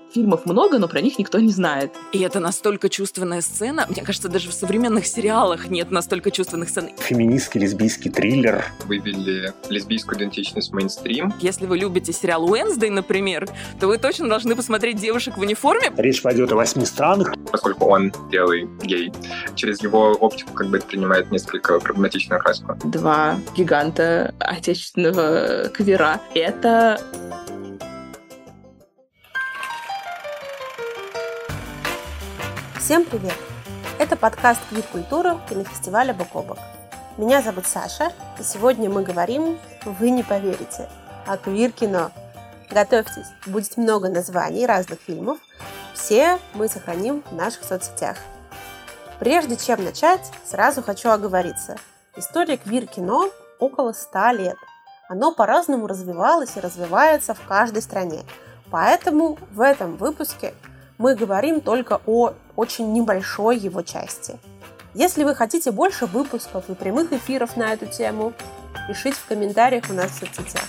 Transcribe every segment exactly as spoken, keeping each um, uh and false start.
фильмов много, но про них никто не знает. И это настолько чувственная сцена. Мне кажется, даже в современных сериалах нет настолько чувственных сцен. Феминистский, лесбийский триллер. Вывели лесбийскую идентичность в мейнстрим. Если вы любите сериал «Уэнсдей», например, то вы точно должны посмотреть «Девушек в униформе». Речь пойдет о восьми странах. Поскольку он белый гей, через его оптику как бы это принимает несколько проблематичную окраску. Два гиганта отечественного квира. Это... Всем привет! Это подкаст «Квир-культура» кинофестиваля «Бок о бок». Меня зовут Саша, и сегодня мы говорим, вы не поверите, о квир-кино. Готовьтесь, будет много названий разных фильмов, все мы сохраним в наших соцсетях. Прежде чем начать, сразу хочу оговориться. История квир-кино около ста лет. Оно по-разному развивалось и развивается в каждой стране. Поэтому в этом выпуске мы говорим только о очень небольшой его части. Если вы хотите больше выпусков и прямых эфиров на эту тему, пишите в комментариях у нас в соцсетях.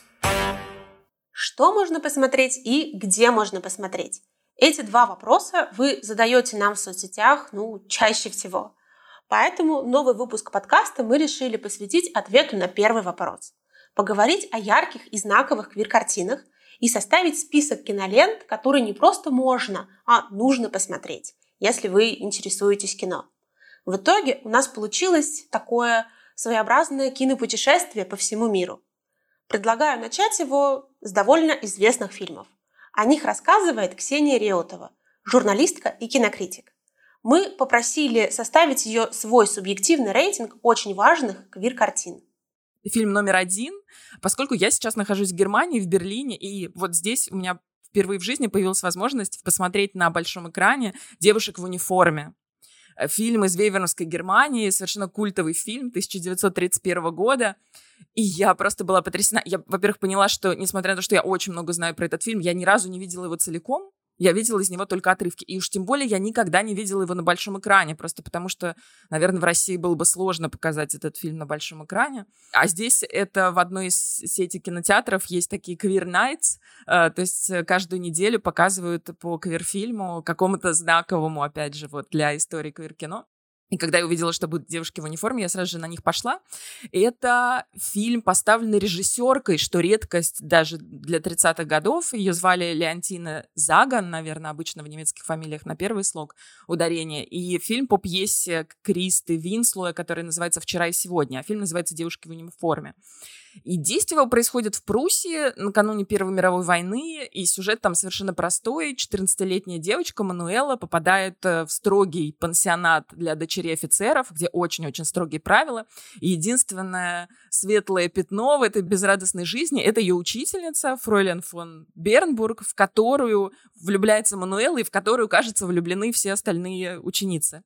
Что можно посмотреть и где можно посмотреть? Эти два вопроса вы задаете нам в соцсетях, ну, чаще всего. Поэтому новый выпуск подкаста мы решили посвятить ответу на первый вопрос. Поговорить о ярких и знаковых квир-картинах и составить список кинолент, которые не просто можно, а нужно посмотреть, если вы интересуетесь кино. В итоге у нас получилось такое своеобразное кинопутешествие по всему миру. Предлагаю начать его с довольно известных фильмов. О них рассказывает Ксения Реутова, журналистка и кинокритик. Мы попросили составить ее свой субъективный рейтинг очень важных квир-картин. Фильм номер один, поскольку я сейчас нахожусь в Германии, в Берлине, и вот здесь у меня впервые в жизни появилась возможность посмотреть на большом экране «Девушек в униформе». Фильм из Веймаровской Германии, совершенно культовый фильм тысяча девятьсот тридцать первого года. И я просто была потрясена. Я, во-первых, поняла, что, несмотря на то, что я очень много знаю про этот фильм, я ни разу не видела его целиком. Я видела из него только отрывки. И уж тем более я никогда не видела его на большом экране, просто потому что, наверное, в России было бы сложно показать этот фильм на большом экране. А здесь это в одной из сетей кинотеатров есть такие Queer Nights, э, то есть каждую неделю показывают по квир-фильму, какому-то знаковому, опять же, вот для истории квир-кино. И когда я увидела, что будут девушки в униформе, я сразу же на них пошла. И это фильм, поставленный режиссеркой, что редкость даже для тридцатых годов. Ее звали Леонтина Заган, наверное, обычно в немецких фамилиях на первый слог ударения. И фильм по пьесе Кристы Винслоя, который называется «Вчера и сегодня», а фильм называется «Девушки в униформе». И действие его происходит в Пруссии накануне Первой мировой войны, и сюжет там совершенно простой. четырнадцатилетняя девочка Мануэла попадает в строгий пансионат для дочерей офицеров, где очень-очень строгие правила. И единственное светлое пятно в этой безрадостной жизни — это ее учительница Фройлен фон Бернбург, в которую влюбляется Мануэла и в которую, кажется, влюблены все остальные ученицы.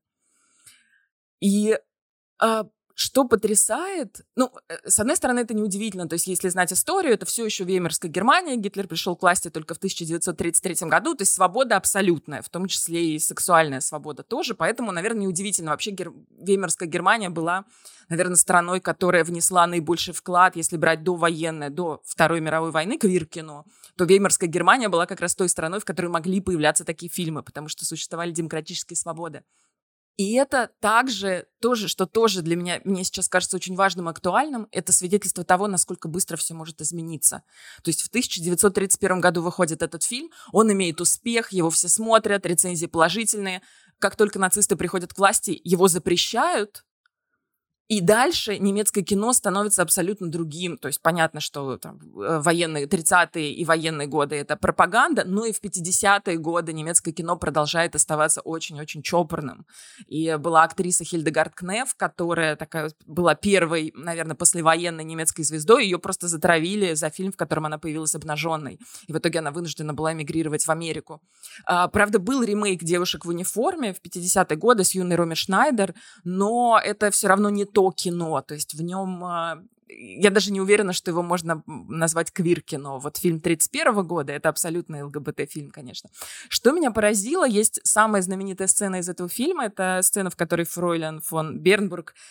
И а, что потрясает, ну, с одной стороны, это неудивительно, то есть если знать историю, это все еще Веймарская Германия, Гитлер пришел к власти только в тысяча девятьсот тридцать третьем году, то есть свобода абсолютная, в том числе и сексуальная свобода тоже, поэтому, наверное, неудивительно. Вообще Гер... Веймарская Германия была, наверное, страной, которая внесла наибольший вклад, если брать довоенное, до Второй мировой войны, квир-кино, то Веймарская Германия была как раз той страной, в которой могли появляться такие фильмы, потому что существовали демократические свободы. И это также, тоже, что тоже для меня, мне сейчас кажется очень важным и актуальным, это свидетельство того, насколько быстро все может измениться. То есть в тысяча девятьсот тридцать первом году выходит этот фильм, он имеет успех, его все смотрят, рецензии положительные. Как только нацисты приходят к власти, его запрещают, и дальше немецкое кино становится абсолютно другим. То есть понятно, что там, военные тридцатые и военные годы — это пропаганда, но и в пятидесятые годы немецкое кино продолжает оставаться очень-очень чопорным. И была актриса Хильдегард Кнеф, которая такая была первой, наверное, послевоенной немецкой звездой. Ее просто затравили за фильм, в котором она появилась обнаженной. И в итоге она вынуждена была эмигрировать в Америку. А, правда, был ремейк «Девушек в униформе» в пятидесятые годы с юной Роми Шнайдер, но это все равно не то кино, то есть в нем, я даже не уверена, что его можно назвать квир-кино. Вот фильм тридцать первого года — это абсолютно ЛГБТ-фильм, конечно. Что меня поразило, есть самая знаменитая сцена из этого фильма, это сцена, в которой Фройлен фон Бернбург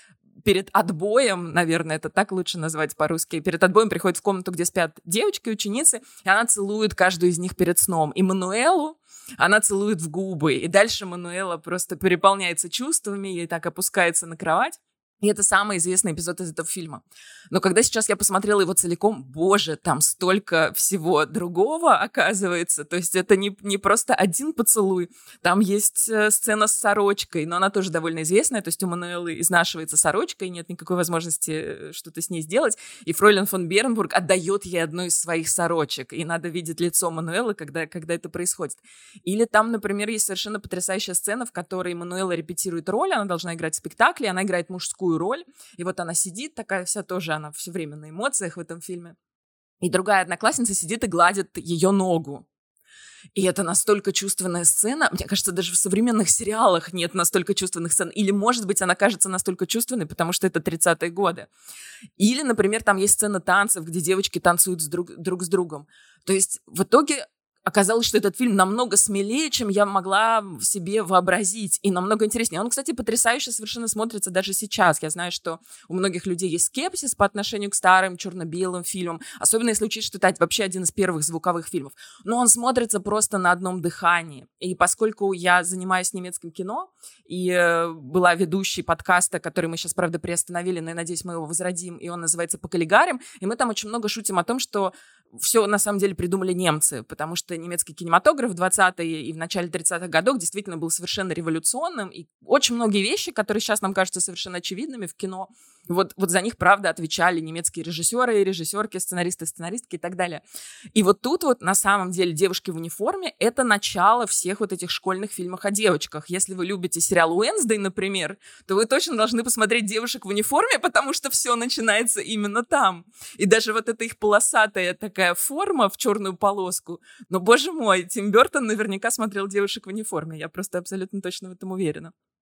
перед отбоем, наверное, это так лучше назвать по-русски, перед отбоем приходит в комнату, где спят девочки, ученицы, и она целует каждую из них перед сном. И Мануэлу она целует в губы, и дальше Мануэла просто переполняется чувствами и так опускается на кровать. И это самый известный эпизод из этого фильма. Но когда сейчас я посмотрела его целиком, боже, там столько всего другого оказывается. То есть это не, не просто один поцелуй. Там есть э, сцена с сорочкой, но она тоже довольно известная. То есть у Мануэлы изнашивается сорочка, и нет никакой возможности что-то с ней сделать. И фройлен фон Беренбург отдает ей одну из своих сорочек. И надо видеть лицо Мануэлы, когда, когда это происходит. Или там, например, есть совершенно потрясающая сцена, в которой Мануэла репетирует роль, она должна играть в спектакле, она играет мужскую роль, и вот она сидит такая вся тоже, она все время на эмоциях в этом фильме, и другая одноклассница сидит и гладит ее ногу. И это настолько чувственная сцена. Мне кажется, даже в современных сериалах нет настолько чувственных сцен. Или, может быть, она кажется настолько чувственной, потому что это тридцатые годы. Или, например, там есть сцена танцев, где девочки танцуют с друг, друг с другом. То есть в итоге оказалось, что этот фильм намного смелее, чем я могла себе вообразить, и намного интереснее. Он, кстати, потрясающе совершенно смотрится даже сейчас. Я знаю, что у многих людей есть скепсис по отношению к старым черно-белым фильмам, особенно если учесть, что это вообще один из первых звуковых фильмов. Но он смотрится просто на одном дыхании. И поскольку я занимаюсь немецким кино, и э, была ведущей подкаста, который мы сейчас, правда, приостановили, но я надеюсь, мы его возродим, и он называется «По каллигарям», и мы там очень много шутим о том, что все на самом деле придумали немцы, потому что немецкий кинематограф в двадцатые и в начале тридцатых годов действительно был совершенно революционным, и очень многие вещи, которые сейчас нам кажутся совершенно очевидными в кино, вот, вот за них, правда, отвечали немецкие режиссеры, режиссерки, сценаристы, сценаристки и так далее. И вот тут вот на самом деле «Девушки в униформе» — это начало всех вот этих школьных фильмов о девочках. Если вы любите сериал «Уэнсдей», например, то вы точно должны посмотреть «Девушек в униформе», потому что все начинается именно там. И даже вот эта их полосатая такая форма в черную полоску. Но, боже мой, Тим Бёртон наверняка смотрел «Девушек в униформе». Я просто абсолютно точно в этом уверена.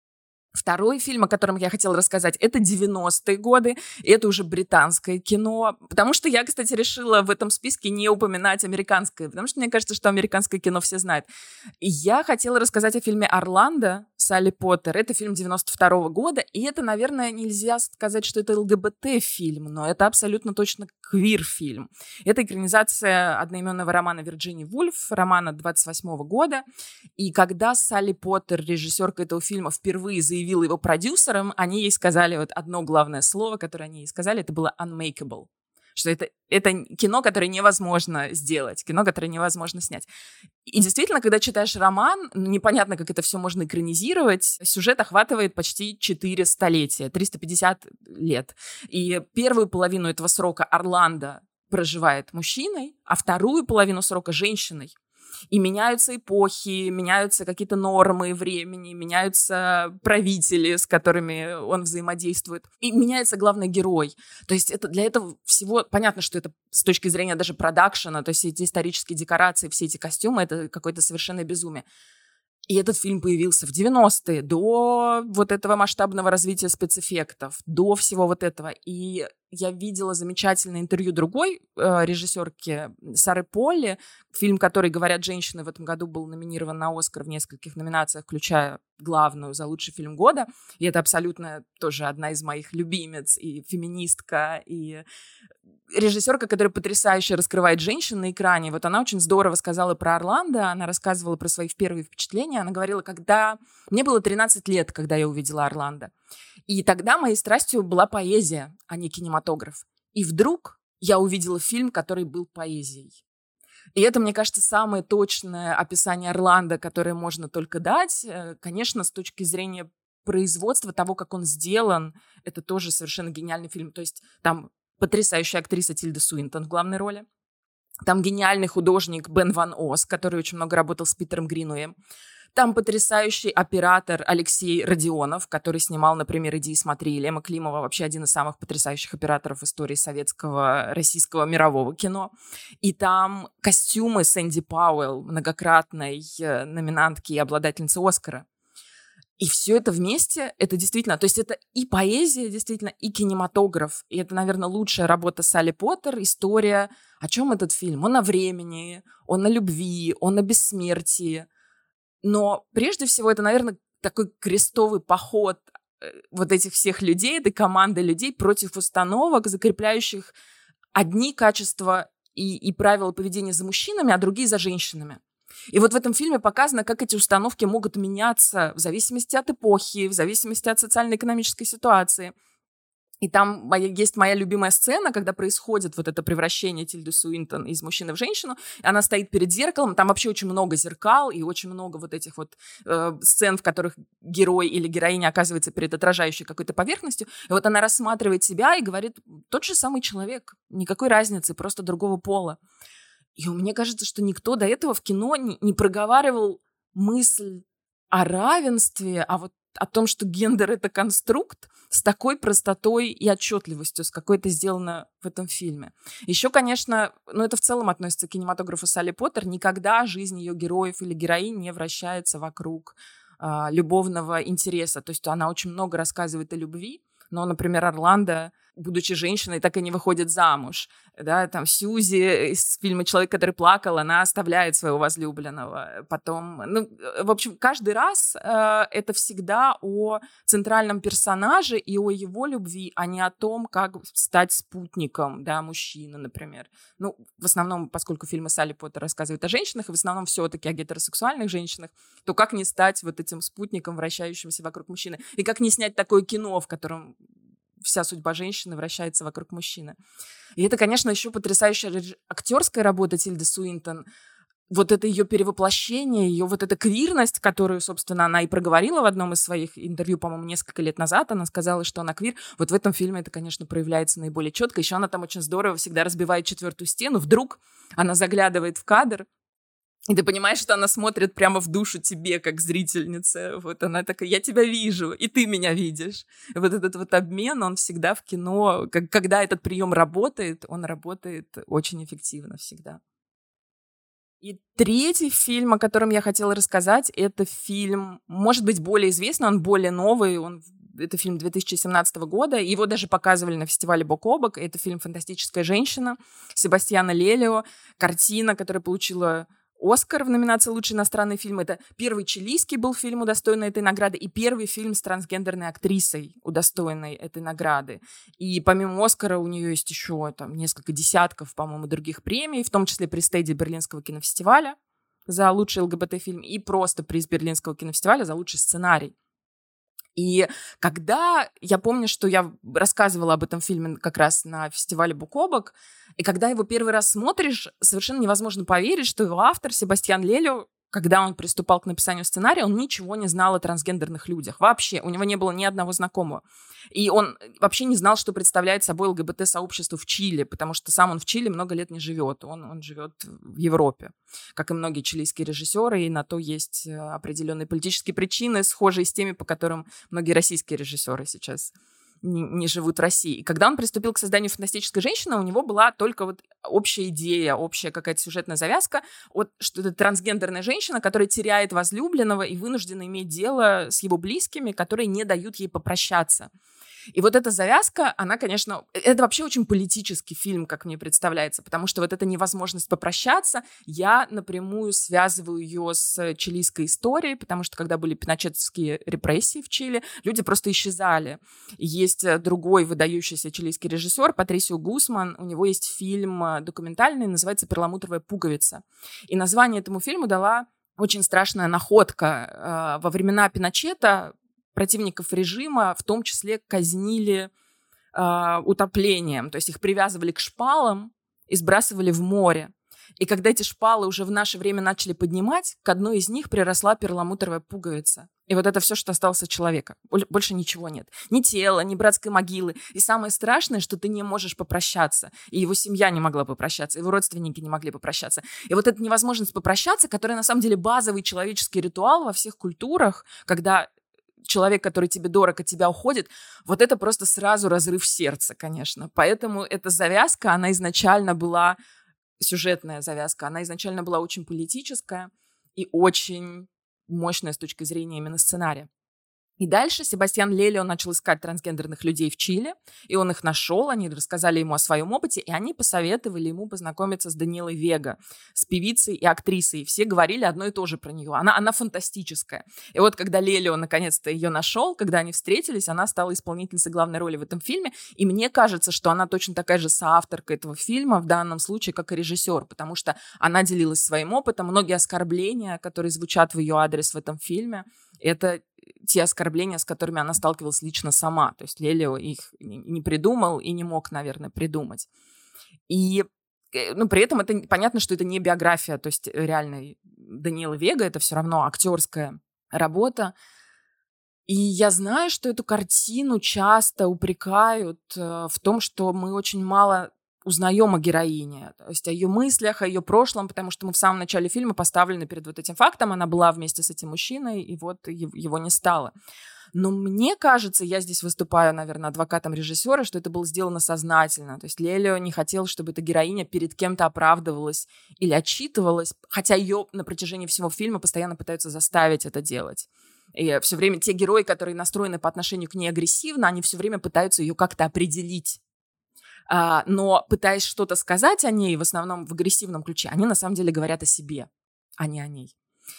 Второй фильм, о котором я хотела рассказать, это девяностые годы, и это уже британское кино, потому что я, кстати, решила в этом списке не упоминать американское, потому что мне кажется, что американское кино все знают. И я хотела рассказать о фильме «Орландо» Салли Поттер. Это фильм девяносто второго года, и это, наверное, нельзя сказать, что это ЛГБТ-фильм, но это абсолютно точно квир-фильм. Это экранизация одноименного романа Вирджинии Вульф, романа двадцать восьмого года, и когда Салли Поттер, режиссерка этого фильма, впервые заявила его продюсером, они ей сказали вот одно главное слово, которое они ей сказали, это было unmakeable. Что это, это кино, которое невозможно сделать, кино, которое невозможно снять. И действительно, когда читаешь роман, непонятно, как это все можно экранизировать, сюжет охватывает почти четыре столетия, триста пятьдесят лет. И первую половину этого срока Орландо проживает мужчиной, а вторую половину срока женщиной. И меняются эпохи, меняются какие-то нормы времени, меняются правители, с которыми он взаимодействует. И меняется главный герой. То есть это, для этого всего... Понятно, что это с точки зрения даже продакшена, то есть эти исторические декорации, все эти костюмы, это какое-то совершенное безумие. И этот фильм появился в девяностые, до вот этого масштабного развития спецэффектов, до всего вот этого. И я видела замечательное интервью другой э, режиссерки Сары Полли, фильм, который «Говорят женщины», в этом году был номинирован на «Оскар» в нескольких номинациях, включая главную за лучший фильм года. И это абсолютно тоже одна из моих любимец, и феминистка, и режиссерка, которая потрясающе раскрывает женщин на экране. Вот она очень здорово сказала про Орландо, она рассказывала про свои первые впечатления. Она говорила, когда... Мне было тринадцать лет, когда я увидела Орландо. И тогда моей страстью была поэзия, а не кинематограф. И вдруг я увидела фильм, который был поэзией. И это, мне кажется, самое точное описание Орландо, которое можно только дать. Конечно, с точки зрения производства, того, как он сделан, это тоже совершенно гениальный фильм. То есть там потрясающая актриса Тильда Суинтон в главной роли. Там гениальный художник Бен Ван Ос, который очень много работал с Питером Гринуэем. Там потрясающий оператор Алексей Родионов, который снимал, например, «Иди и смотри», Лема Климова, вообще один из самых потрясающих операторов в истории советского, российского, мирового кино. И там костюмы Сэнди Пауэлл, многократной номинантки и обладательницы Оскара. И все это вместе, это действительно, то есть это и поэзия, действительно, и кинематограф. И это, наверное, лучшая работа Салли Поттер. История, о чем этот фильм? Он о времени, он о любви, он о бессмертии. Но прежде всего это, наверное, такой крестовый поход вот этих всех людей, этой команды людей против установок, закрепляющих одни качества и, и правила поведения за мужчинами, а другие за женщинами. И вот в этом фильме показано, как эти установки могут меняться в зависимости от эпохи, в зависимости от социально-экономической ситуации. И там моя, есть моя любимая сцена, когда происходит вот это превращение Тильды Суинтон из мужчины в женщину. Она стоит перед зеркалом, там вообще очень много зеркал и очень много вот этих вот э, сцен, в которых герой или героиня оказывается перед отражающей какой-то поверхностью. И вот она рассматривает себя и говорит, тот же самый человек, никакой разницы, просто другого пола. И мне кажется, что никто до этого в кино не, не проговаривал мысль о равенстве, а вот о том, что гендер — это конструкт, с такой простотой и отчетливостью, с какой это сделано в этом фильме. Еще, конечно, ну это в целом относится к кинематографу Салли Поттер, никогда жизнь ее героев или героинь не вращается вокруг а, любовного интереса. То есть она очень много рассказывает о любви, но, например, Орландо, будучи женщиной, так и не выходит замуж. Да, там Сьюзи из фильма «Человек, который плакал», она оставляет своего возлюбленного. Потом, ну, в общем, каждый раз э, это всегда о центральном персонаже и о его любви, а не о том, как стать спутником, да, мужчины, например. Ну, в основном, поскольку фильмы Салли Поттер рассказывают о женщинах, и в основном все-таки о гетеросексуальных женщинах, то как не стать вот этим спутником, вращающимся вокруг мужчины? И как не снять такое кино, в котором вся судьба женщины вращается вокруг мужчины. И это, конечно, еще потрясающая актерская работа Тильды Суинтон. Вот это ее перевоплощение, ее вот эта квирность, которую, собственно, она и проговорила в одном из своих интервью, по-моему, несколько лет назад. Она сказала, что она квир. Вот в этом фильме это, конечно, проявляется наиболее четко. Еще она там очень здорово всегда разбивает четвертую стену. Вдруг она заглядывает в кадр, и ты понимаешь, что она смотрит прямо в душу тебе, как зрительница. Вот она такая, я тебя вижу, и ты меня видишь. И вот этот вот обмен, он всегда в кино, как, когда этот прием работает, он работает очень эффективно всегда. И третий фильм, о котором я хотела рассказать, это фильм, может быть, более известный, он более новый, он это фильм две тысячи семнадцатого года, его даже показывали на фестивале «Бок о бок». Это фильм «Фантастическая женщина» Себастьяна Лелио, картина, которая получила Оскар в номинации «Лучший иностранный фильм». Это первый чилийский был фильм, удостоенный этой награды, и первый фильм с трансгендерной актрисой, удостоенной этой награды. И помимо Оскара у нее есть еще там несколько десятков, по-моему, других премий, в том числе приз Тедди Берлинского кинофестиваля за лучший ЛГБТ-фильм и просто приз Берлинского кинофестиваля за лучший сценарий. И когда, я помню, что я рассказывала об этом фильме как раз на фестивале «Бок о бок», и когда его первый раз смотришь, совершенно невозможно поверить, что его автор Себастьян Лелио, когда он приступал к написанию сценария, он ничего не знал о трансгендерных людях. Вообще, у него не было ни одного знакомого. И он вообще не знал, что представляет собой ЛГБТ-сообщество в Чили, потому что сам он в Чили много лет не живет. Он, он живет в Европе, как и многие чилийские режиссеры, и на то есть определенные политические причины, схожие с теми, по которым многие российские режиссеры сейчас не, не живут в России. И когда он приступил к созданию «Фантастической женщины», у него была только вот общая идея, общая какая-то сюжетная завязка, вот, что это трансгендерная женщина, которая теряет возлюбленного и вынуждена иметь дело с его близкими, которые не дают ей попрощаться. И вот эта завязка, она, конечно, это вообще очень политический фильм, как мне представляется, потому что вот эта невозможность попрощаться, я напрямую связываю ее с чилийской историей, потому что когда были пиночетовские репрессии в Чили, люди просто исчезали. И есть другой выдающийся чилийский режиссер Патрисио Гусман, у него есть фильм документальный, называется «Перламутровая пуговица». И название этому фильму дала очень страшная находка. Во времена Пиночета противников режима в том числе казнили э, утоплением, то есть их привязывали к шпалам и сбрасывали в море. И когда эти шпалы уже в наше время начали поднимать, к одной из них приросла перламутровая пуговица. И вот это все, что осталось от человека. Больше ничего нет. Ни тела, ни братской могилы. И самое страшное, что ты не можешь попрощаться. И его семья не могла попрощаться, его родственники не могли попрощаться. И вот эта невозможность попрощаться, которая на самом деле базовый человеческий ритуал во всех культурах, когда человек, который тебе дорог, от тебя уходит, вот это просто сразу разрыв сердца, конечно. Поэтому эта завязка, она изначально была, сюжетная завязка, она изначально была очень политическая и очень мощная с точки зрения именно сценария. И дальше Себастьян Лельо начал искать трансгендерных людей в Чили, и он их нашел, они рассказали ему о своем опыте, и они посоветовали ему познакомиться с Даниэлой Вега, с певицей и актрисой, и все говорили одно и то же про нее. Она, она фантастическая. И вот когда Лельо наконец-то ее нашел, когда они встретились, она стала исполнительницей главной роли в этом фильме, и мне кажется, что она точно такая же соавторка этого фильма в данном случае, как и режиссер, потому что она делилась своим опытом, многие оскорбления, которые звучат в ее адрес в этом фильме, это те оскорбления, с которыми она сталкивалась лично сама. То есть Лельо их не придумал и не мог, наверное, придумать. И ну, при этом это понятно, что это не биография, то есть реально Даниэла Вега, это все равно актерская работа. И я знаю, что эту картину часто упрекают в том, что мы очень мало узнаем о героине, то есть о ее мыслях, о ее прошлом, потому что мы в самом начале фильма поставлены перед вот этим фактом, она была вместе с этим мужчиной, и вот его не стало. Но мне кажется, я здесь выступаю, наверное, адвокатом режиссера, что это было сделано сознательно. То есть Лельо не хотел, чтобы эта героиня перед кем-то оправдывалась или отчитывалась, хотя ее на протяжении всего фильма постоянно пытаются заставить это делать. И все время те герои, которые настроены по отношению к ней агрессивно, они все время пытаются ее как-то определить. Uh, но пытаясь что-то сказать о ней, в основном в агрессивном ключе, они на самом деле говорят о себе, а не о ней.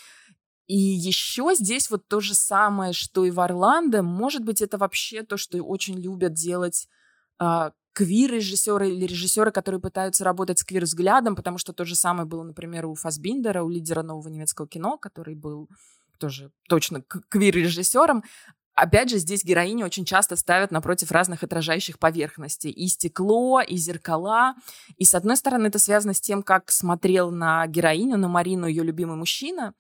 И еще здесь вот то же самое, что и в «Орландо». Может быть, это вообще то, что очень любят делать uh, квир-режиссеры или режиссеры, которые пытаются работать с квир-взглядом, потому что то же самое было, например, у Фассбиндера, у лидера нового немецкого кино, который был тоже точно квир-режиссером. Опять же, здесь героини очень часто ставят напротив разных отражающих поверхностей. И стекло, и зеркала. И, с одной стороны, это связано с тем, как смотрел на героиню, на Марину, ее любимый мужчина.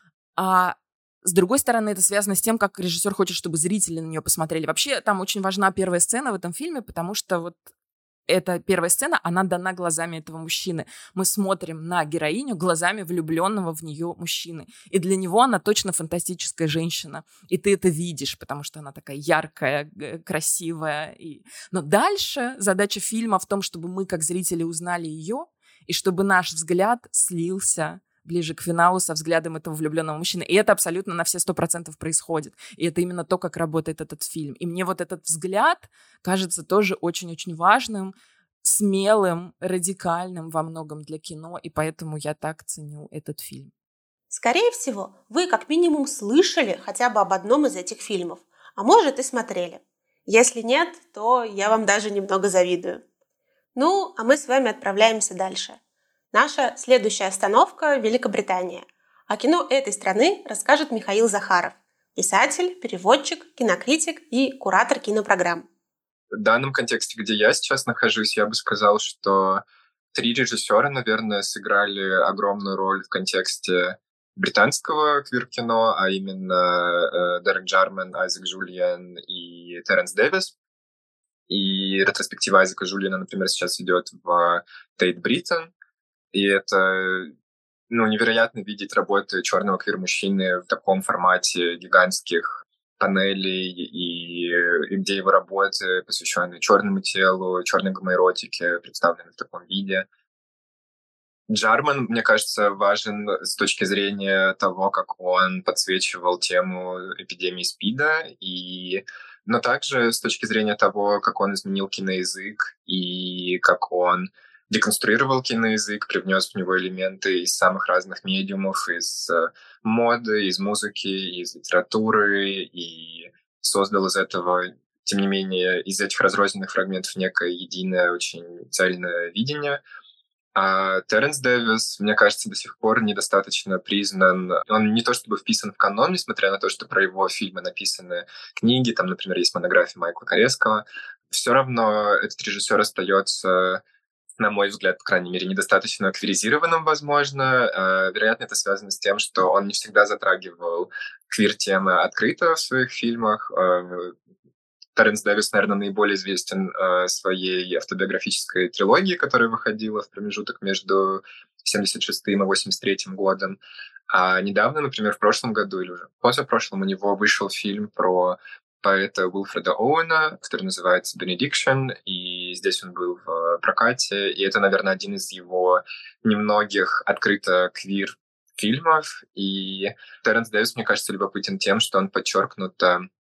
А с другой стороны, это связано с тем, как режиссер хочет, чтобы зрители на нее посмотрели. Вообще, там очень важна первая сцена в этом фильме, потому что вот эта первая сцена, она дана глазами этого мужчины. Мы смотрим на героиню глазами влюбленного в нее мужчины. И для него она точно фантастическая женщина. И ты это видишь, потому что она такая яркая, красивая. И... Но дальше задача фильма в том, чтобы мы, как зрители, узнали ее, и чтобы наш взгляд слился ближе к финалу со взглядом этого влюбленного мужчины. И это абсолютно на все сто процентов происходит. И это именно то, как работает этот фильм. И мне вот этот взгляд кажется тоже очень-очень важным, смелым, радикальным во многом для кино. И поэтому я так ценю этот фильм. Скорее всего, вы как минимум слышали хотя бы об одном из этих фильмов. А может и смотрели. Если нет, то я вам даже немного завидую. Ну, а мы с вами отправляемся дальше. Наша следующая остановка – Великобритания. О кино этой страны расскажет Михаил Захаров, писатель, переводчик, кинокритик и куратор кинопрограмм. В данном контексте, где я сейчас нахожусь, я бы сказал, что три режиссера, наверное, сыграли огромную роль в контексте британского квир-кино, а именно Дерек Джарман, Айзек Жульен и Теренс Дэвис. И ретроспектива Айзека Жульена, например, сейчас идет в Тейт Бриттон. И это ну, невероятно видеть работы черного квир-мужчины в таком формате гигантских панелей, и, и где его работы, посвященные черному телу, черной гомоэротике, представлены в таком виде. Джарман, мне кажется, важен с точки зрения того, как он подсвечивал тему эпидемии СПИДа, и, но также с точки зрения того, как он изменил киноязык и как он деконструировал киноязык, привнес в него элементы из самых разных медиумов, из моды, из музыки, из литературы, и создал из этого, тем не менее, из этих разрозненных фрагментов некое единое, очень цельное видение. А Теренс Дэвис, мне кажется, до сих пор недостаточно признан. Он не то чтобы вписан в канон, несмотря на то, что про его фильмы написаны книги, там, например, есть монография Майкла Кореского. Все равно этот режиссер остается, на мой взгляд, по крайней мере, недостаточно квиризированным, возможно. Вероятно, это связано с тем, что он не всегда затрагивал квир-темы открыто в своих фильмах. Теренс Дэвис, наверное, наиболее известен своей автобиографической трилогией, которая выходила в промежуток между семьдесят шестым и восемьдесят третьим годом. А недавно, например, в прошлом году или уже позапрошлом у него вышел фильм про поэта Уилфреда Оуэна, который называется «Benediction», и здесь он был в прокате, и это, наверное, один из его немногих открыто квир-фильмов, и Теренс Дэвис, мне кажется, любопытен тем, что он подчеркнуто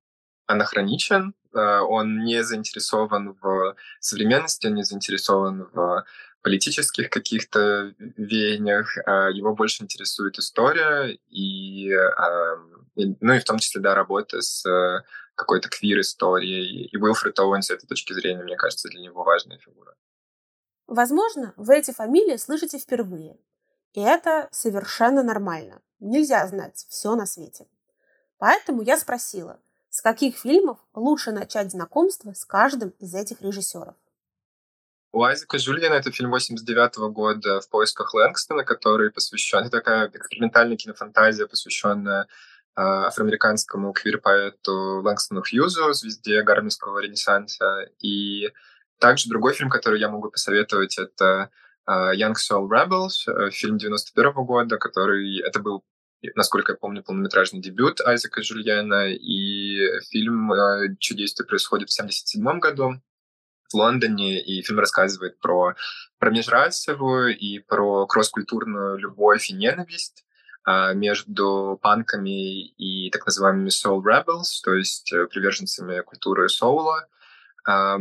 анахроничен, он не заинтересован в современности, он не заинтересован в политических каких-то веяниях, его больше интересует история и, ну и в том числе, да, работа с какой-то квир-историей. И Уилфред Оуэн с этой точки зрения, мне кажется, для него важная фигура. Возможно, вы эти фамилии слышите впервые. И это совершенно нормально. Нельзя знать все на свете. Поэтому я спросила, с каких фильмов лучше начать знакомство с каждым из этих режиссеров. У Айзека Жюльена это фильм восемьдесят девятого года «В поисках Лэнгстона», который посвящен... Это такая экспериментальная кинофантазия, посвященная э, афроамериканскому квир-поэту Лэнгстону Хьюзу, звезде гарлемского ренессанса. И также другой фильм, который я могу посоветовать, это э, «Young Soul Rebels», э, фильм девяносто первого года, который... Это был, насколько я помню, полнометражный дебют Айзека Жюльена, и фильм, э, чье действие происходит в семьдесят седьмом году в Лондоне, и фильм рассказывает про, про межрасовую и про кросс-культурную любовь и ненависть а, между панками и так называемыми soul rebels, то есть приверженцами культуры соула. А,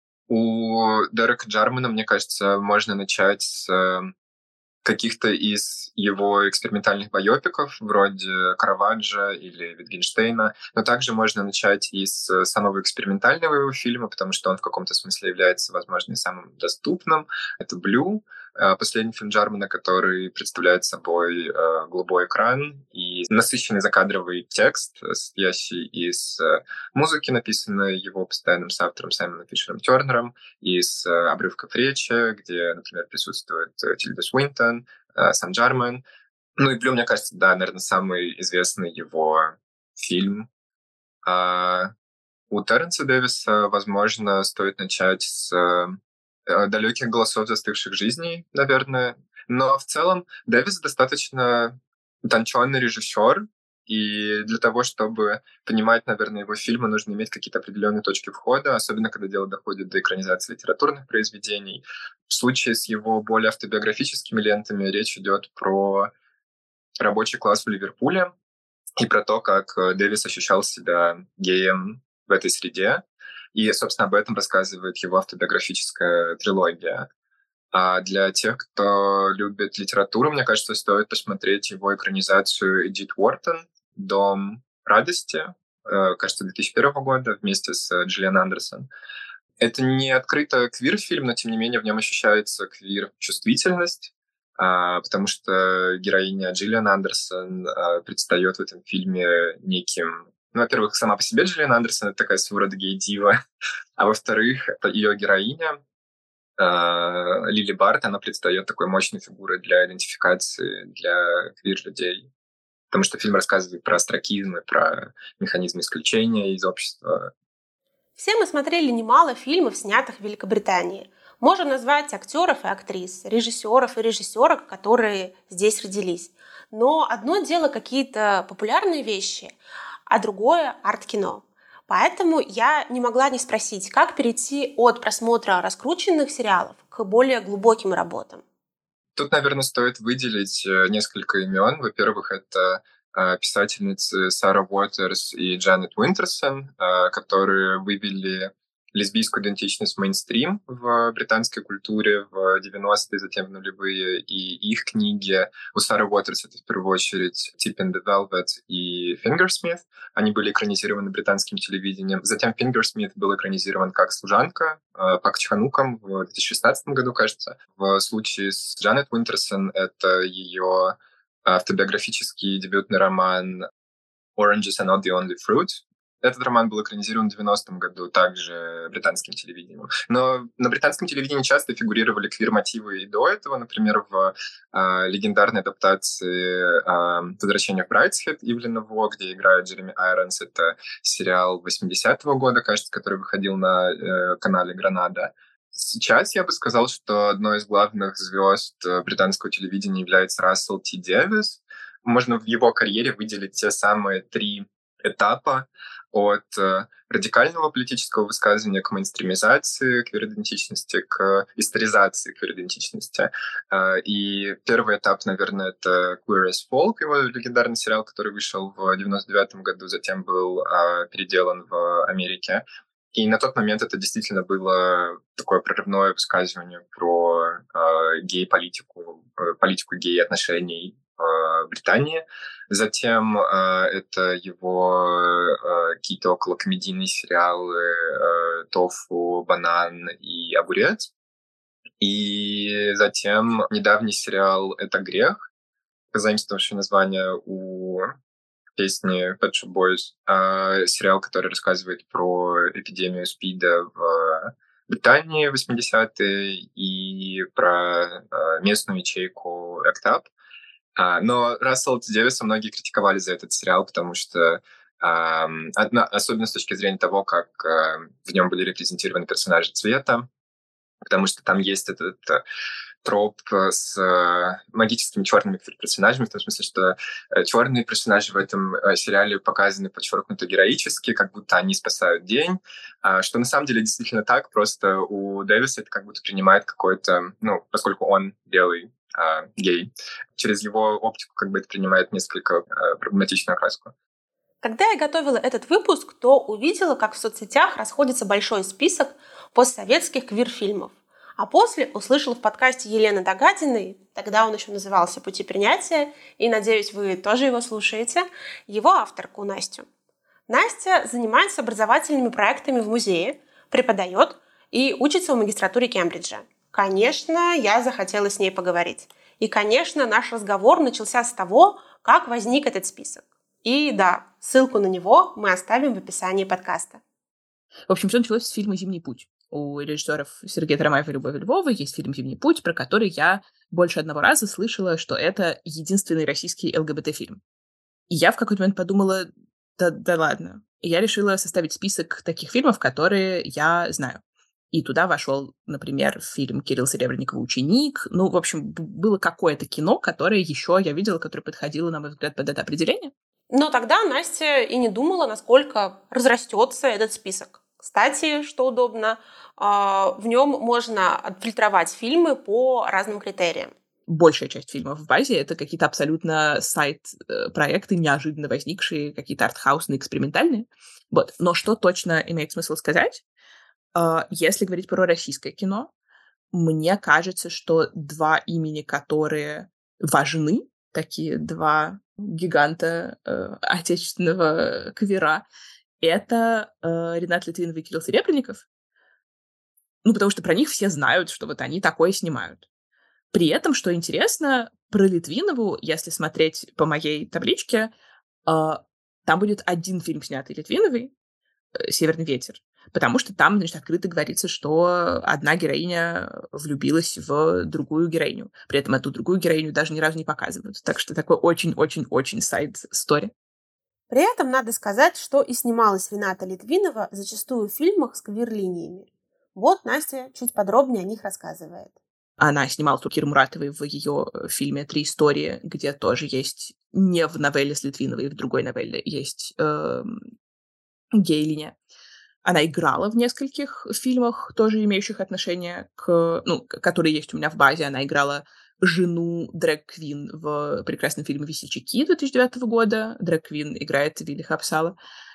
у Дерека Джармана, мне кажется, можно начать с каких-то из его экспериментальных байопиков, вроде Караваджо или Витгенштейна, но также можно начать и с самого экспериментального его фильма, потому что он в каком-то смысле является, возможно, и самым доступным. Это «Блю», последний фильм Джармана, который представляет собой голубой экран и насыщенный закадровый текст, состоящий из музыки, написанной его постоянным соавтором Саймоном Фишером Тернером, из обрывков речи, где, например, присутствует Тильда Свинтон, сам Джарман. Ну и «Блю», мне кажется, да, наверное, самый известный его фильм. А у Терренса Дэвиса, возможно, стоит начать с «Далеких голосов застывших жизней», наверное. Но в целом Дэвис достаточно утонченный режиссер, и для того, чтобы понимать, наверное, его фильмы, нужно иметь какие-то определенные точки входа, особенно когда дело доходит до экранизации литературных произведений. В случае с его более автобиографическими лентами речь идет про рабочий класс в Ливерпуле и про то, как Дэвис ощущал себя геем в этой среде. И, собственно, об этом рассказывает его автобиографическая трилогия. А для тех, кто любит литературу, мне кажется, стоит посмотреть его экранизацию Эдит Уортон «Дом радости», кажется, две тысячи первого года, вместе с Джиллиан Андерсон. Это не открыто квир-фильм, но, тем не менее, в нем ощущается квир-чувствительность, потому что героиня Джиллиан Андерсон предстает в этом фильме неким... Ну, во-первых, сама по себе Джиллиан Андерсон — это такая своего рода гей-дива, а во-вторых, ее героиня Лили Барт, она предстает такой мощной фигурой для идентификации, для квир-людей. Потому что фильм рассказывает про остракизм и про механизмы исключения из общества. Все мы смотрели немало фильмов, снятых в Великобритании. Можем назвать актеров и актрис, режиссеров и режиссерок, которые здесь родились. Но одно дело какие-то популярные вещи, а другое — арт-кино. Поэтому я не могла не спросить, как перейти от просмотра раскрученных сериалов к более глубоким работам. Тут, наверное, стоит выделить несколько имен. Во-первых, это писательницы Сара Уотерс и Джанет Уинтерсон, которые вывели лесбийскую идентичность в мейнстрим в британской культуре в девяностые, затем в нулевые, и их книги, у Сары Уотерс это в первую очередь Tip in the Velvet и Fingersmith, они были экранизированы британским телевидением. Затем Fingersmith был экранизирован как «Служанка» Пак Чхануком в две тысячи шестнадцатом году, кажется. В случае с Джанет Уинтерсон это ее автобиографический дебютный роман «Oranges are not the only fruit». Этот роман был экранизирован в девяностом году также британским телевидением. Но на британском телевидении часто фигурировали квир-мотивы и до этого. Например, в э, легендарной адаптации э, «Возвращение в Брайтсхед» Ивлена Во, где играет Джереми Айронс. Это сериал восьмидесятого года, кажется, который выходил на э, канале «Гранада». Сейчас я бы сказал, что одной из главных звезд британского телевидения является Рассел Т. Дэвис. Можно в его карьере выделить те самые три этапа, от э, радикального политического высказывания к мейнстримизации квир-идентичности, к историзации квир-идентичности. Э, и первый этап, наверное, это Queer as Folk, его легендарный сериал, который вышел в девяносто девятом году, затем был э, переделан в Америке. И на тот момент это действительно было такое прорывное высказывание про э, гей-политику, э, политику гей-отношений в Британии. Затем э, это его э, какие-то околокомедийные сериалы э, «Тофу», «Банан» и «Огурец». И затем недавний сериал «Это грех», заимствовавший название у песни Pet Shop Boys, э, сериал, который рассказывает про эпидемию СПИДа в Британии в восьмидесятые и про э, местную ячейку ACT UP. Uh, но Рассела Т. Дэвиса многие критиковали за этот сериал, потому что, uh, одна, особенно с точки зрения того, как uh, в нем были репрезентированы персонажи цвета, потому что там есть этот uh, троп с uh, магическими черными персонажами, в том смысле, что uh, черные персонажи в этом uh, сериале показаны подчеркнуто героически, как будто они спасают день, uh, что на самом деле действительно так, просто у Дэвиса это как будто принимает какой-то, ну, поскольку он белый, Uh, гей. Через его оптику как бы это принимает несколько uh, проблематичную окраску. Когда я готовила этот выпуск, то увидела, как в соцсетях расходится большой список постсоветских квир-фильмов. А после услышала в подкасте Елены Догадиной, тогда он еще назывался «Пути принятия», и, надеюсь, вы тоже его слушаете, его авторку Настю. Настя занимается образовательными проектами в музее, преподает и учится в магистратуре Кембриджа. Конечно, я захотела с ней поговорить. И, конечно, наш разговор начался с того, как возник этот список. И да, ссылку на него мы оставим в описании подкаста. В общем, все началось с фильма «Зимний путь». У режиссеров Сергея Тарамаева и Любови Львовой есть фильм «Зимний путь», про который я больше одного раза слышала, что это единственный российский ЛГБТ-фильм. И я в какой-то момент подумала, да, да ладно. И я решила составить список таких фильмов, которые я знаю. И туда вошел, например, фильм Кирилла Серебренникова «Ученик». Ну, в общем, было какое-то кино, которое еще я видела, которое подходило, на мой взгляд, под это определение. Но тогда Настя и не думала, насколько разрастется этот список. Кстати, что удобно, в нем можно отфильтровать фильмы по разным критериям. Большая часть фильмов в базе — это какие-то абсолютно сайт-проекты, неожиданно возникшие, какие-то артхаусные, экспериментальные. Вот. Но что точно имеет смысл сказать? Если говорить про российское кино, мне кажется, что два имени, которые важны, такие два гиганта э, отечественного квира, это э, Ренат Литвинов и Кирилл Серебренников. Ну, потому что про них все знают, что вот они такое снимают. При этом, что интересно, про Литвинову, если смотреть по моей табличке, э, там будет один фильм, снятый Литвиновой, «Северный ветер», потому что там, значит, открыто говорится, что одна героиня влюбилась в другую героиню. При этом эту другую героиню даже ни разу не показывают. Так что такой очень-очень-очень сайд-стори. При этом надо сказать, что и снималась Рената Литвинова зачастую в фильмах с квир-линиями. Вот Настя чуть подробнее о них рассказывает. Она снималась у Киры Муратовой в ее фильме «Три истории», где тоже есть не в новелле с Литвиновой, в другой новелле есть э, гей-линия. Она играла в нескольких фильмах, тоже имеющих отношение к... Ну, которые есть у меня в базе. Она играла жену дрэг-квин в прекрасном фильме «Весельчаки» две тысячи девятого года. Дрэг-квин играет Вилли Хапсала.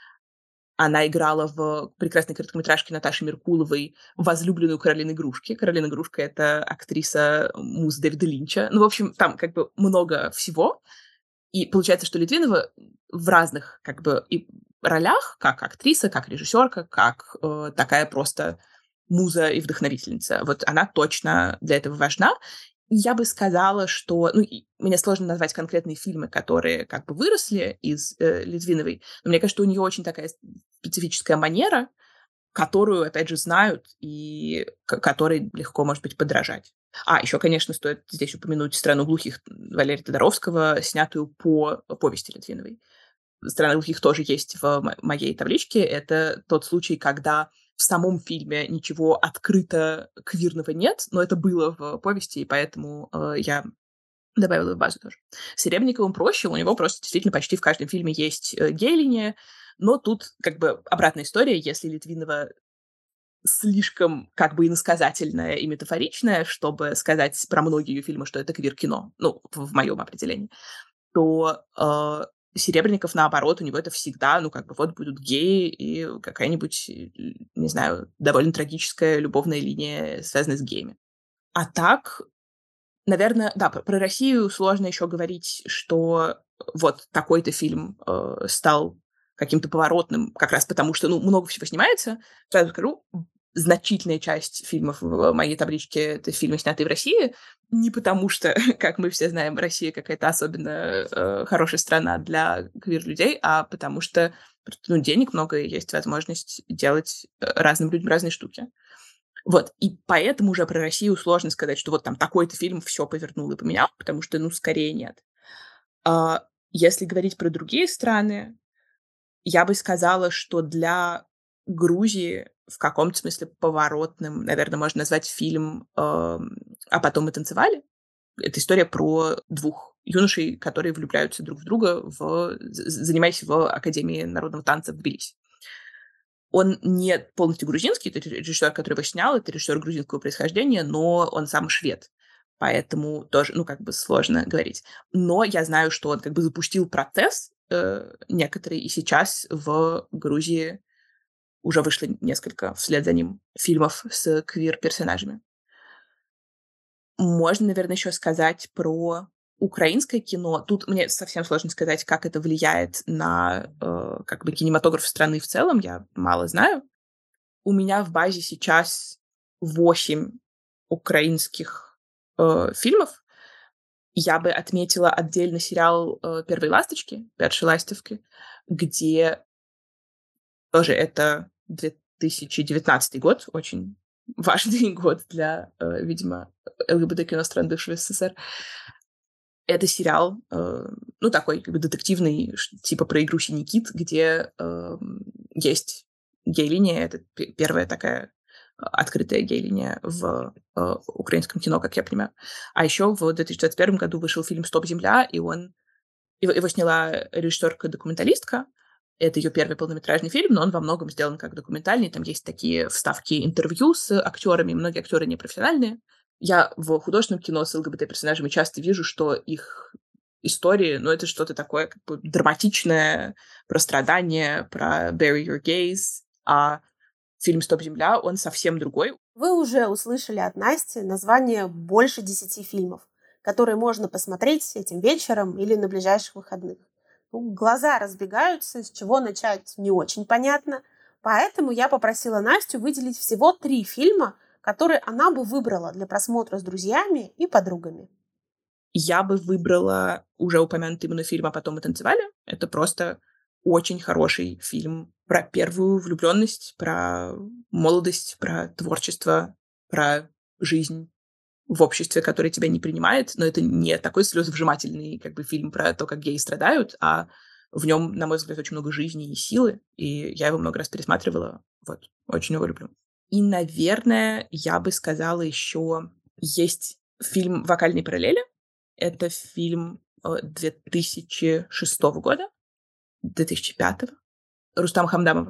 Она играла в прекрасной короткометражке Наташи Меркуловой «Возлюбленную Каролины Грушки». Каролина Грушка — это актриса муз Дэвида Линча. Ну, в общем, там как бы много всего. И получается, что Литвинова в разных как бы и ролях, как актриса, как режиссерка, как э, такая просто муза и вдохновительница. Вот она точно для этого важна. Я бы сказала, что... Ну, мне сложно назвать конкретные фильмы, которые как бы выросли из э, Литвиновой, но мне кажется, что у нее очень такая специфическая манера, которую, опять же, знают и к- которой легко, может быть, подражать. А, еще, конечно, стоит здесь упомянуть «Страну глухих» Валерия Тодоровского, снятую по повести Литвиновой. «Страна глухих» тоже есть в мо- моей табличке. Это тот случай, когда в самом фильме ничего открыто квирного нет, но это было в повести, и поэтому э, я добавила в базу тоже. С Серебренниковым проще, у него просто действительно почти в каждом фильме есть э, гей-линия, Но тут как бы обратная история, если Литвинова слишком как бы иносказательная и метафоричная, чтобы сказать про многие ее фильмы, что это квир-кино, ну, в, в моем определении, то э, Серебренников, наоборот, у него это всегда, ну, как бы вот будут геи и какая-нибудь, не знаю, довольно трагическая любовная линия, связанная с геями. А так, наверное, да, про, про Россию сложно еще говорить, что вот такой-то фильм э, стал каким-то поворотным, как раз потому что, ну, много всего снимается. Сразу скажу, значительная часть фильмов в моей табличке — это фильмы, снятые в России, не потому что, как мы все знаем, Россия какая-то особенно э, хорошая страна для квир-людей, а потому что, ну, денег много, и есть возможность делать разным людям разные штуки. Вот, и поэтому уже про Россию сложно сказать, что вот там такой-то фильм все повернул и поменял, потому что, ну, скорее нет. А если говорить про другие страны, я бы сказала, что для Грузии в каком-то смысле поворотным, наверное, можно назвать фильм э, «А потом мы танцевали». Это история про двух юношей, которые влюбляются друг в друга, в, занимаясь в Академии народного танца в Тбилиси. Он не полностью грузинский, это режиссер, который его снял, это режиссер грузинского происхождения, но он сам швед. Поэтому тоже, ну, как бы сложно говорить. Но я знаю, что он как бы запустил процесс э, некоторый, и сейчас в Грузии уже вышло несколько вслед за ним фильмов с квир-персонажами. Можно, наверное, еще сказать про украинское кино. Тут мне совсем сложно сказать, как это влияет на э, как бы кинематограф страны в целом. Я мало знаю. У меня в базе сейчас восемь украинских э, фильмов. Я бы отметила отдельно сериал э, «Первые ласточки», «Першие ластівки», где тоже это две тысячи девятнадцатый год, очень важный год для, э, видимо, ЛГБТ-кино стран бывшего СССР. Это сериал, э, ну, такой как бы детективный, типа про игру «Синий кит», где э, есть гей-линия. Это п- первая такая открытая гей-линия в э, украинском кино, как я понимаю. А еще в две тысячи двадцать первом году вышел фильм «Стоп, земля», и он его, его сняла режиссерка-документалистка. Это ее первый полнометражный фильм, но он во многом сделан как документальный. Там есть такие вставки интервью с актерами. Многие актеры непрофессиональные. Я в художественном кино с ЛГБТ-персонажами часто вижу, что их истории, ну, это что-то такое как бы драматичное, про страдания, про bury your gays. А фильм «Стоп, земля», он совсем другой. Вы уже услышали от Насти название больше десяти фильмов, которые можно посмотреть этим вечером или на ближайших выходных. Ну, глаза разбегаются, с чего начать не очень понятно. Поэтому я попросила Настю выделить всего три фильма, которые она бы выбрала для просмотра с друзьями и подругами. Я бы выбрала уже упомянутый мной фильм «А потом мы танцевали». Это просто очень хороший фильм про первую влюбленность, про молодость, про творчество, про жизнь в обществе, которое тебя не принимает. Но это не такой слезовжимательный как бы фильм про то, как геи страдают, а в нем, на мой взгляд, очень много жизни и силы. И я его много раз пересматривала. Вот, очень его люблю. И, наверное, я бы сказала еще, есть фильм «Вокальные параллели». Это фильм две тысячи шестого года, две тысячи пятого, Рустама Хамдамова,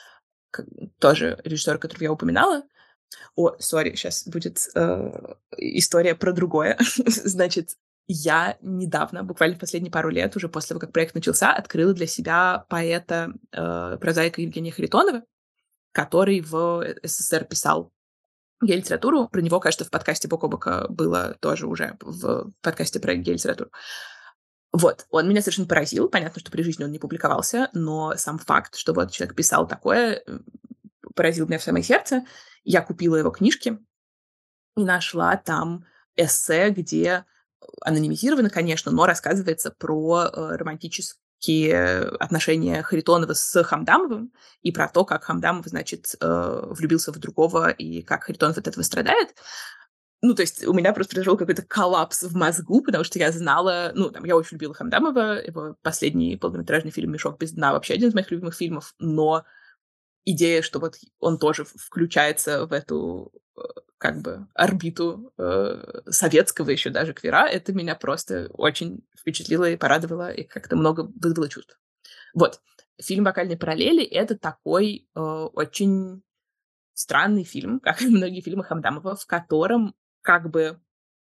тоже режиссер, которого я упоминала. О, сори, сейчас будет э, история про другое. Значит, я недавно, буквально в последние пару лет, уже после того, как проект начался, открыла для себя поэта, э, прозаика Евгения Харитонова, который в СССР писал гей-литературу. Про него, кажется, в подкасте «Бок о бок» было тоже уже, в подкасте про гей-литературу. Вот, он меня совершенно поразил. Понятно, что при жизни он не публиковался, но сам факт, что вот человек писал такое, поразил меня в самое сердце. Я купила его книжки и нашла там эссе, где анонимизировано, конечно, но рассказывается про э, романтические отношения Харитонова с Хамдамовым и про то, как Хамдамов, значит, э, влюбился в другого и как Харитонов от этого страдает. Ну, то есть у меня просто произошел какой-то коллапс в мозгу, потому что я знала... Ну, там, я очень любила Хамдамова, его последний полнометражный фильм «Мешок без дна» вообще один из моих любимых фильмов, но идея, что вот он тоже включается в эту как бы орбиту э, советского еще даже квира, это меня просто очень впечатлило и порадовало, и как-то много вызвало чувств. Вот. Фильм «Вокальные параллели» — это такой э, очень странный фильм, как и многие фильмы Хамдамова, в котором как бы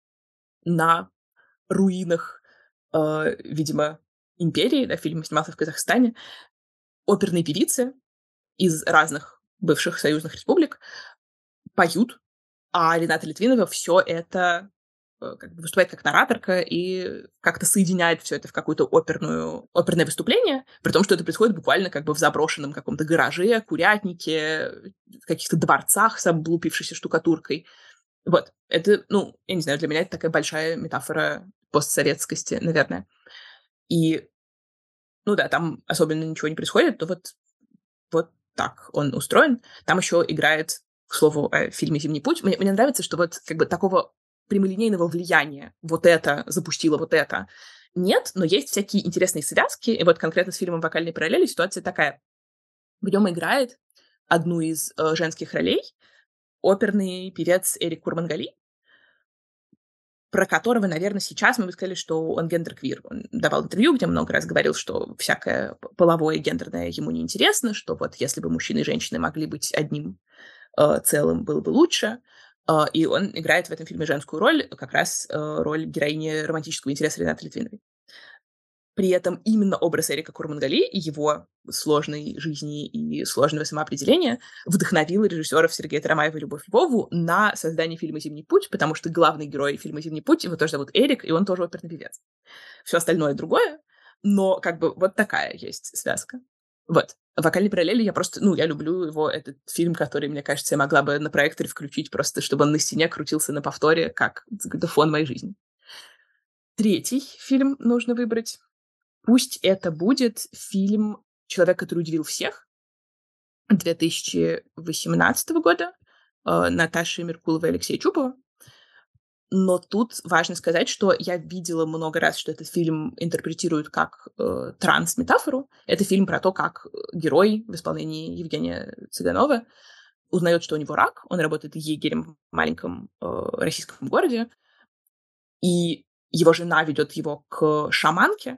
на руинах, э, видимо, империи, да, фильм снимался в Казахстане, оперные певицы из разных бывших союзных республик поют, а Рената Литвинова все это э, как бы выступает как нараторка и как-то соединяет все это в какую-то оперную, оперное выступление, при том, что это происходит буквально как бы в заброшенном каком-то гараже, курятнике, в каких-то дворцах с облупившейся штукатуркой. Вот. Это, ну, я не знаю, для меня это такая большая метафора постсоветскости, наверное. И, ну да, там особенно ничего не происходит, но вот, вот так он устроен. Там еще играет, к слову, о фильме «Зимний путь». Мне, мне нравится, что вот как бы такого прямолинейного влияния вот это запустило вот это нет, но есть всякие интересные связки. И вот конкретно с фильмом «Вокальные параллели» ситуация такая. В нем играет одну из э, женских ролей оперный певец Эрик Курмангали, про которого, наверное, сейчас мы бы сказали, что он гендер-квир. Он давал интервью, где много раз говорил, что всякое половое гендерное ему не интересно, что вот если бы мужчины и женщины могли быть одним э, целым, было бы лучше. Э, и он играет в этом фильме женскую роль, как раз э, роль героини романтического интереса Ренаты Литвиновой. При этом именно образ Эрика Курмангали и его сложной жизни и сложного самоопределения вдохновил режиссеров Сергея Тарамаева и Любовь Львову на создание фильма «Зимний путь», потому что главный герой фильма «Зимний путь», его тоже зовут Эрик, и он тоже оперный певец. Все остальное другое, но как бы вот такая есть связка. Вот. «Вокальные параллели» я просто, ну, я люблю его, этот фильм, который, мне кажется, я могла бы на проекторе включить просто, чтобы он на стене крутился на повторе, как фон моей жизни. Третий фильм нужно выбрать. Пусть это будет фильм «Человек, который удивил всех» две тысячи восемнадцатого года э, Наташи Меркуловой и Алексея Чупова. Но тут важно сказать, что я видела много раз, что этот фильм интерпретируют как э, транс-метафору. Это фильм про то, как герой в исполнении Евгения Цыганова узнает, что у него рак. Он работает егерем в маленьком э, российском городе. И его жена ведет его к шаманке.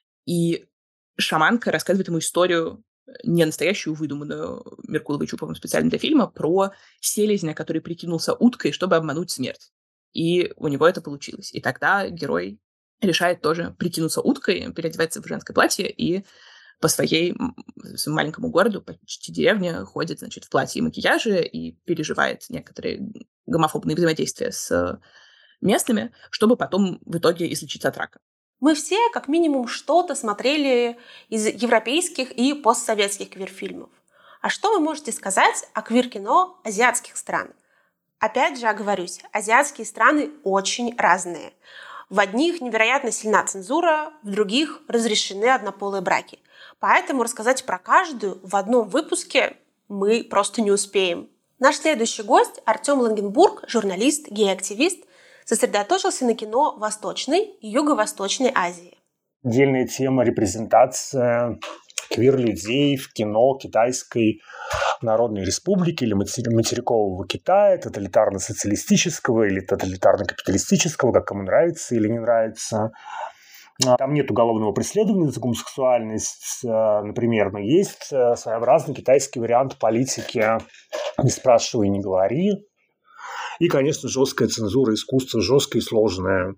И шаманка рассказывает ему историю, не настоящую, выдуманную Меркуловой и Чуповым специально для фильма, про селезня, который прикинулся уткой, чтобы обмануть смерть. И у него это получилось. И тогда герой решает тоже прикинуться уткой, переодевается в женское платье и по своей маленькому городу, почти деревне, ходит, значит, в платье и макияже и переживает некоторые гомофобные взаимодействия с местными, чтобы потом в итоге излечиться от рака. Мы все, как минимум, что-то смотрели из европейских и постсоветских квир-фильмов. А что вы можете сказать о квир-кино азиатских стран? Опять же, оговорюсь, азиатские страны очень разные. В одних невероятно сильна цензура, в других разрешены однополые браки. Поэтому рассказать про каждую в одном выпуске мы просто не успеем. Наш следующий гость, Артем Лангенбург, журналист, гей-активист, сосредоточился на кино Восточной и Юго-Восточной Азии. Отдельная тема — репрезентация квир-людей в кино Китайской Народной Республики или материкового Китая, тоталитарно-социалистического или тоталитарно-капиталистического, как кому нравится или не нравится. Там нет уголовного преследования за гомосексуальность, например, но есть своеобразный китайский вариант политики «не спрашивай, не говори». И, конечно, жесткая цензура искусства, жесткая и сложная.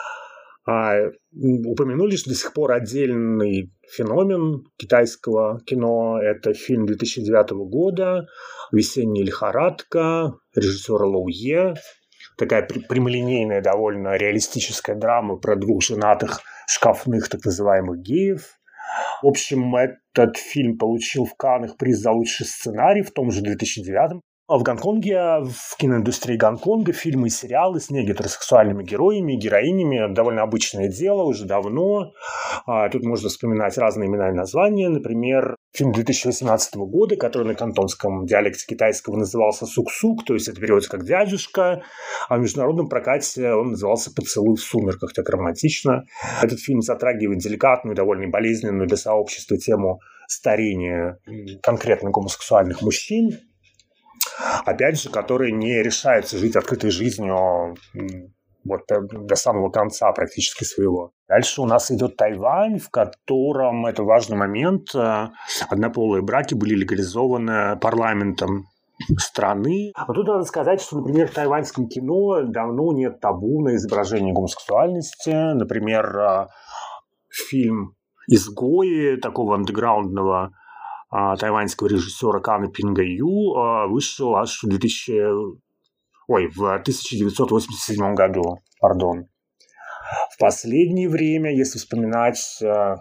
А, упомянули, что до сих пор отдельный феномен китайского кино – это фильм две тысячи девятого года «Весенняя лихорадка» режиссера Лоу Е. Такая прямолинейная, довольно реалистическая драма про двух женатых шкафных так называемых геев. В общем, этот фильм получил в Каннах приз за лучший сценарий в том же две тысячи девятом. А в Гонконге, в киноиндустрии Гонконга фильмы и сериалы с негетеросексуальными героями и героинями – довольно обычное дело уже давно. А, тут можно вспоминать разные имена и названия. Например, фильм две тысячи восемнадцатого года, который на кантонском диалекте китайского назывался «Сук-сук», то есть это переводится как «дядюшка», а в международном прокате он назывался «Поцелуй в сумерках», так романтично. Этот фильм затрагивает деликатную, довольно болезненную для сообщества тему старения конкретно гомосексуальных мужчин, опять же, которые не решаются жить открытой жизнью вот до самого конца практически своего. Дальше у нас идет Тайвань, в котором, это важный момент, однополые браки были легализованы парламентом страны. А тут надо сказать, что, например, в тайваньском кино давно нет табу на изображение гомосексуальности. Например, фильм «Изгои» такого андеграундного а, тайваньского режиссера Кана Пингаю а, вышел аж в, две тысячи... Ой, в тысяча девятьсот восемьдесят седьмом году. Пардон. В последнее время, если вспоминать а,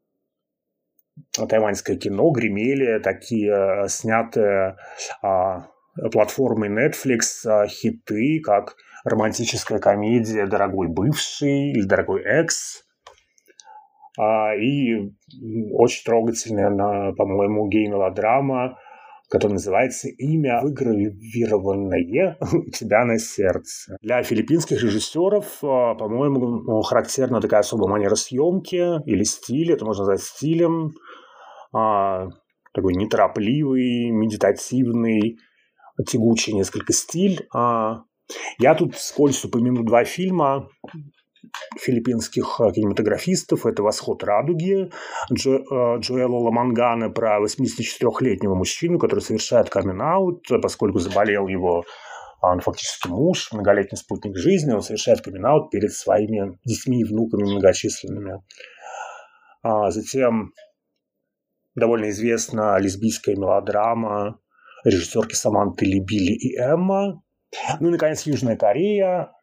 тайваньское кино, гремели такие а, снятые а, платформой Netflix а, хиты, как романтическая комедия «Дорогой бывший» или «Дорогой экс». А, и очень трогательная, по-моему, гей-мелодрама, которая называется «Имя, выгравированное у тебя на сердце». Для филиппинских режиссеров, по-моему, характерна такая особая манера съемки или стиль, это можно назвать стилем, такой неторопливый, медитативный, тягучий несколько стиль. Я тут вскользь упомяну два фильма филиппинских кинематографистов. Это «Восход радуги» Джо, Джоэла Ламангана про восьмидесятичетырёхлетнего мужчину, который совершает камин-аут, поскольку заболел его он фактически муж, многолетний спутник жизни. Он совершает камин-аут перед своими детьми и внуками многочисленными. А затем довольно известна лесбийская мелодрама режиссерки Саманты Ли, Билли и Эмма. Ну и, наконец, Южная Корея.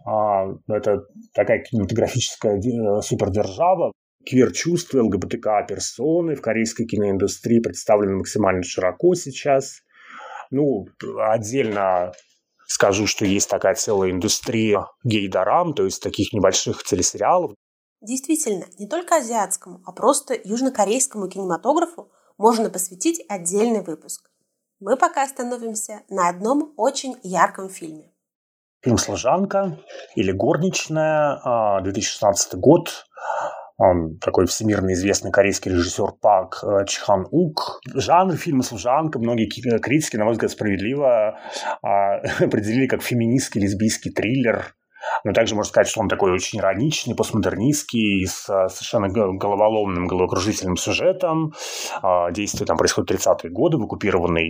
Это такая кинематографическая супердержава. Квир-чувства, ЛГБТК-персоны в корейской киноиндустрии представлены максимально широко сейчас. Ну, отдельно скажу, что есть такая целая индустрия гей-дорам, то есть таких небольших телесериалов. Действительно, не только азиатскому, а просто южнокорейскому кинематографу можно посвятить отдельный выпуск. Мы пока остановимся на одном очень ярком фильме. Фильм «Служанка» или «Горничная», две тысячи шестнадцатый год. Он такой всемирно известный корейский режиссер Пак Чхан Ук. Жанр фильма «Служанка» многие критики, на мой взгляд, справедливо определили как феминистский лесбийский триллер. Но также можно сказать, что он такой очень ироничный, постмодернистский, с совершенно головоломным, головокружительным сюжетом. Действие там происходит в тридцатые годы в оккупированной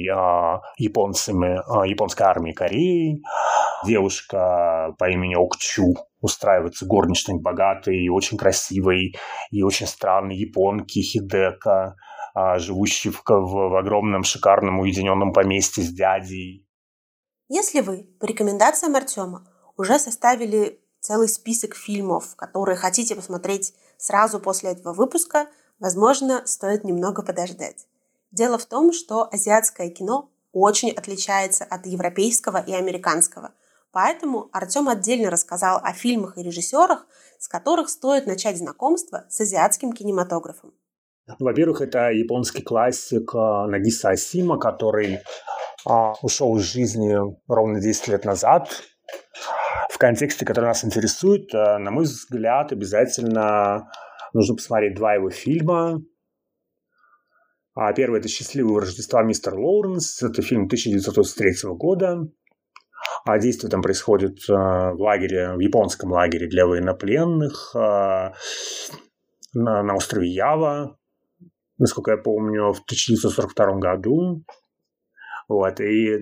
японцами, японской армией Кореи. Девушка по имени Ок Чу устраивается горничной богатой и очень красивой и очень странной японки Хидека, живущей в, в, в огромном шикарном уединенном поместье с дядей. Если вы по рекомендациям Артема уже составили целый список фильмов, которые хотите посмотреть сразу после этого выпуска, возможно, стоит немного подождать. Дело в том, что азиатское кино очень отличается от европейского и американского. Поэтому Артем отдельно рассказал о фильмах и режиссерах, с которых стоит начать знакомство с азиатским кинематографом. Во-первых, это японский классик Нагиса Асима, который а, ушел из жизни ровно десять лет назад. В контексте, который нас интересует, на мой взгляд, обязательно нужно посмотреть два его фильма. Первый – это «Счастливого Рождества, мистер Лоуренс». Это фильм тысяча девятьсот восемьдесят третьего года. Действие там происходит в лагере, в японском лагере для военнопленных на, на острове Ява, насколько я помню, в тысяча девятьсот сорок втором году. Вот, и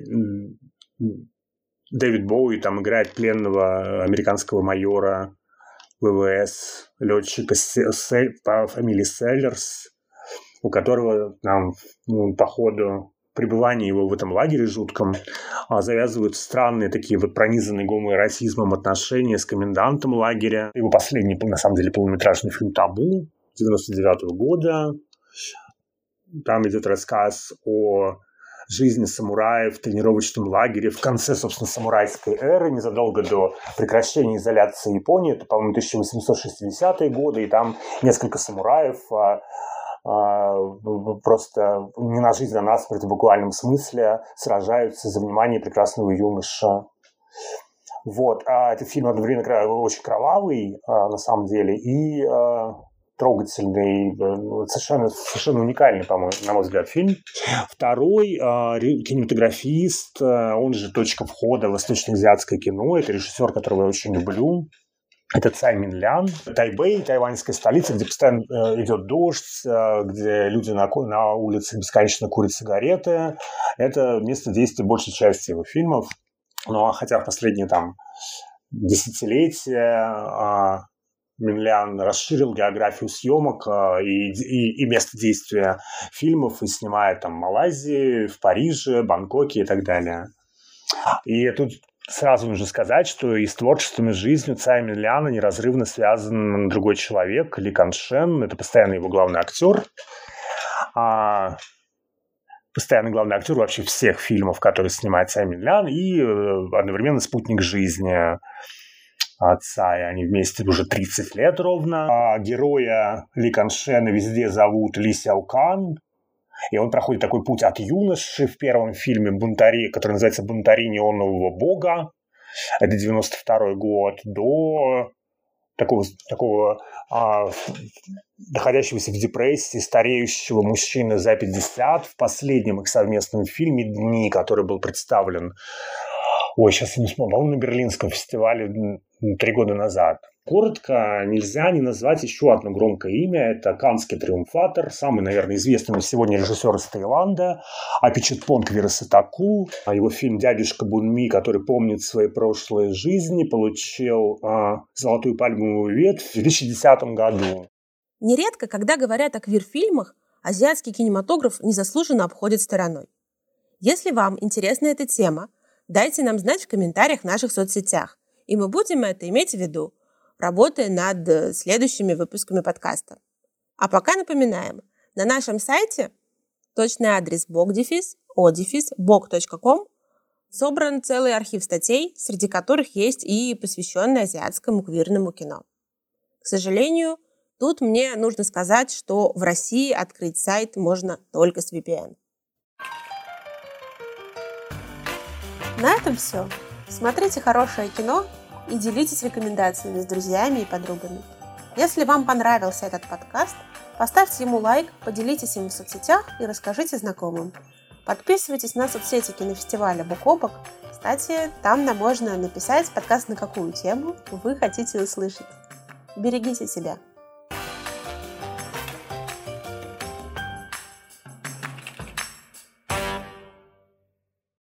Дэвид Боуи там играет пленного американского майора ВВС, летчика по фамилии Селлерс, у которого там, ну, по ходу пребывания его в этом лагере жутком завязывают странные такие вот пронизанные гомоэротизмом отношения с комендантом лагеря. Его последний, на самом деле, полнометражный фильм «Табу» девяносто девятого года. Там идет рассказ о жизни самураев в тренировочном лагере в конце, собственно, самурайской эры, незадолго до прекращения изоляции Японии. Это, по-моему, тысяча восемьсот шестидесятые годы, и там несколько самураев а, а, просто не на жизнь, а на смерть в буквальном смысле сражаются за внимание прекрасного юноша. Вот. А этот фильм одновременно очень кровавый, а, на самом деле, и а, трогательный, совершенно, совершенно уникальный, по-моему, на мой взгляд, фильм. Второй кинематографист, он же точка входа в восточноазиатское кино. Это режиссер, которого я очень люблю. Это Цай Минлян. Тайбэй, тайваньская столица, где постоянно идет дождь, где люди на, на улице бесконечно курят сигареты. Это место действия большей части его фильмов. Ну, а хотя в последние там десятилетия Минлян расширил географию съемок и, и, и место действия фильмов и снимает там в Малайзии, в Париже, Бангкоке и так далее. И тут сразу нужно сказать, что и с творчеством, и с жизнью Цая Минляна неразрывно связан другой человек, Ли Каншен. Это постоянно его главный актер. А, постоянный главный актер вообще всех фильмов, которые снимает Цай Минлян, и одновременно спутник жизни отца, и они вместе уже тридцать лет ровно. А героя Ли Каншена везде зовут Ли Сяокан, и он проходит такой путь от юноши в первом фильме «Бунтари», который называется «Бунтари неонового бога», это девяносто второй год, до такого, такого а, находящегося в депрессии стареющего мужчины за пятьдесят в последнем их совместном фильме «Дни», который был представлен, ой, сейчас я не вспомнил, он на Берлинском фестивале три года назад. Коротко, нельзя не назвать еще одно громкое имя. Это каннский триумфатор, самый, наверное, известный на сегодня режиссер из Таиланда, Апичатпонг Вирасатаку. Его фильм «Дядюшка Бунми», который помнит свои прошлые жизни, получил э, золотую пальмовую ветвь в две тысячи десятом году. Нередко, когда говорят о квир-фильмах, азиатский кинематограф незаслуженно обходит стороной. Если вам интересна эта тема, дайте нам знать в комментариях в наших соцсетях, и мы будем это иметь в виду, работая над следующими выпусками подкаста. А пока напоминаем, на нашем сайте точный адрес бог-дефис, о-дефис, бог точка ком собран целый архив статей, среди которых есть и посвященные азиатскому квирному кино. К сожалению, тут мне нужно сказать, что в России открыть сайт можно только с ви пи эн. На этом все. Смотрите хорошее кино и делитесь рекомендациями с друзьями и подругами. Если вам понравился этот подкаст, поставьте ему лайк, поделитесь им в соцсетях и расскажите знакомым. Подписывайтесь на соцсети кинофестиваля «Бок-о-бок». Кстати, там нам можно написать подкаст, на какую тему вы хотите услышать. Берегите себя.